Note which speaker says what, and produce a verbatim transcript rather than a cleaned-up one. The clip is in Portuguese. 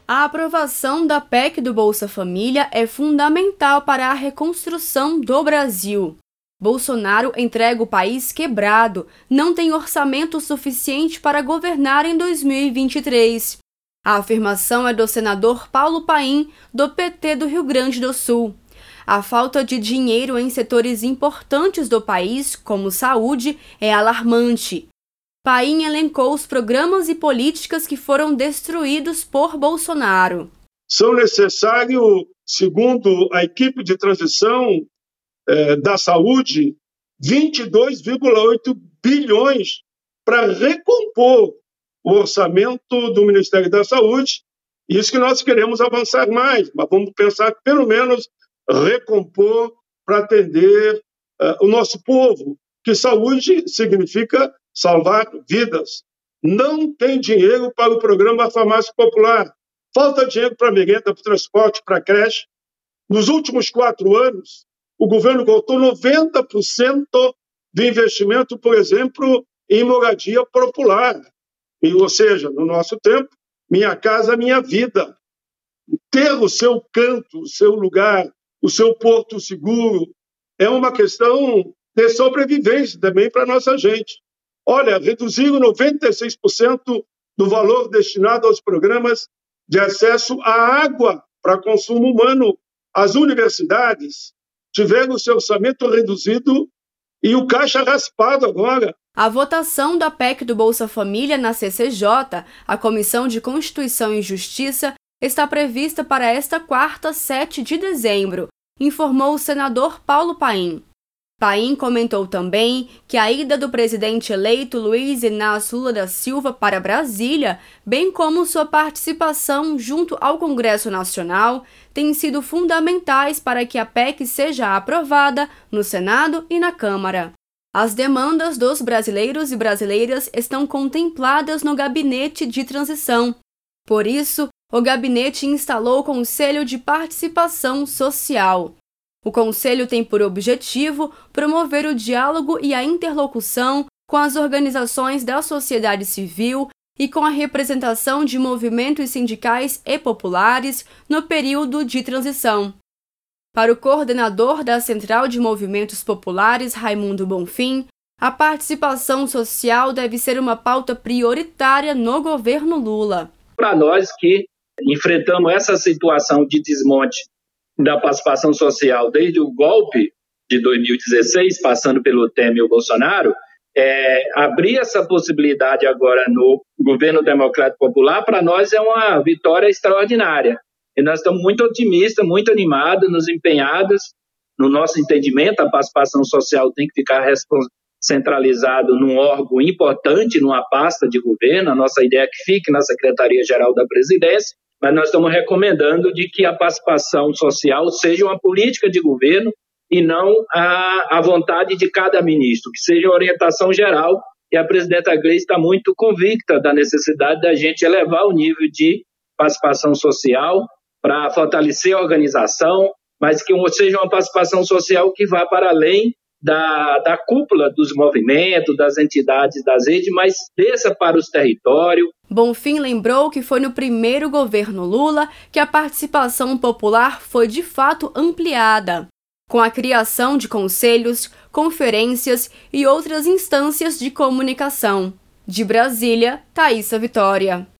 Speaker 1: A aprovação da P E C do Bolsa Família é fundamental para a reconstrução do Brasil. Bolsonaro entrega o país quebrado, não tem orçamento suficiente para governar em dois mil e vinte e três. A afirmação é do senador Paulo Paim, do P T do Rio Grande do Sul. A falta de dinheiro em setores importantes do país, como saúde, é alarmante. Paim elencou os programas e políticas que foram destruídos por Bolsonaro.
Speaker 2: São necessários, segundo a equipe de transição eh, da saúde, vinte e dois vírgula oito bilhões para recompor o orçamento do Ministério da Saúde. Isso que nós queremos avançar mais, mas vamos pensar que pelo menos recompor para atender uh, o nosso povo, que saúde significa salvar vidas. Não tem dinheiro para o programa Farmácia Popular. Falta dinheiro para merenda, para transporte, para creche. Nos últimos quatro anos, o governo cortou noventa por cento do investimento, por exemplo, em moradia popular. E, ou seja, no nosso tempo, Minha Casa Minha Vida. Ter o seu canto, o seu lugar, o seu porto seguro, é uma questão de sobrevivência também para a nossa gente. Olha, reduziram noventa e seis por cento do valor destinado aos programas de acesso à água para consumo humano. As universidades tiveram o seu orçamento reduzido e o caixa raspado agora.
Speaker 1: A votação da P E C do Bolsa Família na C C J, a Comissão de Constituição e Justiça, está prevista para esta quarta, sete de dezembro, informou o senador Paulo Paim. Paim comentou também que a ida do presidente eleito Luiz Inácio Lula da Silva para Brasília, bem como sua participação junto ao Congresso Nacional, têm sido fundamentais para que a P E C seja aprovada no Senado e na Câmara. As demandas dos brasileiros e brasileiras estão contempladas no Gabinete de Transição. Por isso, o gabinete instalou o Conselho de Participação Social. O Conselho tem por objetivo promover o diálogo e a interlocução com as organizações da sociedade civil e com a representação de movimentos sindicais e populares no período de transição. Para o coordenador da Central de Movimentos Populares, Raimundo Bonfim, a participação social deve ser uma pauta prioritária no governo Lula.
Speaker 3: Para nós que enfrentamos essa situação de desmonte da participação social desde o golpe de dois mil e dezesseis, passando pelo Temer e o Bolsonaro, é, abrir essa possibilidade agora no governo democrático popular, para nós é uma vitória extraordinária. E nós estamos muito otimistas, muito animados, nos empenhados. No nosso entendimento, a participação social tem que ficar centralizado num órgão importante, numa pasta de governo. A nossa ideia é que fique na Secretaria-Geral da Presidência, mas nós estamos recomendando de que a participação social seja uma política de governo e não a, a vontade de cada ministro, que seja a orientação geral. E a presidenta Gleice está muito convicta da necessidade da gente elevar o nível de participação social para fortalecer a organização, mas que seja uma participação social que vá para além da, da cúpula dos movimentos, das entidades, das redes, mas desça para os territórios.
Speaker 1: Bonfim lembrou que foi no primeiro governo Lula que a participação popular foi de fato ampliada, com a criação de conselhos, conferências e outras instâncias de comunicação. De Brasília, Thaísa Vitória.